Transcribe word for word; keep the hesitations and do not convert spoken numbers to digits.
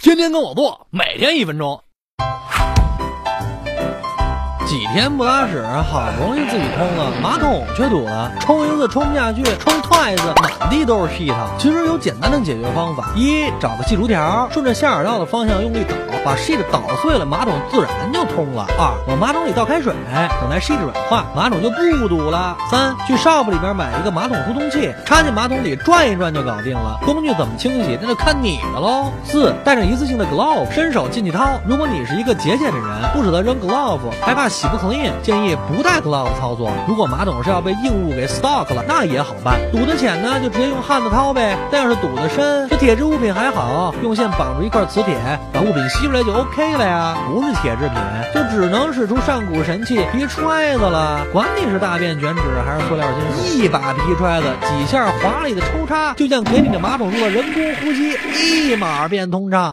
天天跟我做，每天一分钟。几天不拉屎，好不容易自己通了，马桶却堵了，冲一次冲不下去，冲twice满地都是屁汤。其实有简单的解决方法：一，找个细竹条，顺着下水道的方向用力捣，把 shit 捣碎了，马桶自然就通了。二，往马桶里倒开水，等待 shit 软化，马桶就不堵了。三，去 shop 里边买一个马桶疏通器，插进马桶里转一转就搞定了。工具怎么清洗，那就看你的喽。四，带上一次性的 glove， 伸手进去掏。如果你是一个节俭的人，不舍得扔 glove， 害怕洗不 clean， 建议不带 glove 操作。如果马桶是要被硬物给 stock 了，那也好办。堵得浅呢，就直接用汉子掏呗。但要是堵得深，这铁质物品还好，用线绑住一块磁铁，把物品吸出来就 OK 了呀。不是铁制品，就只能使出上古神器皮揣子了。管你是大便卷纸还是塑料金属，一把皮揣子，几下华丽的抽插，就像给你的马桶做了人工呼吸，一码变通畅。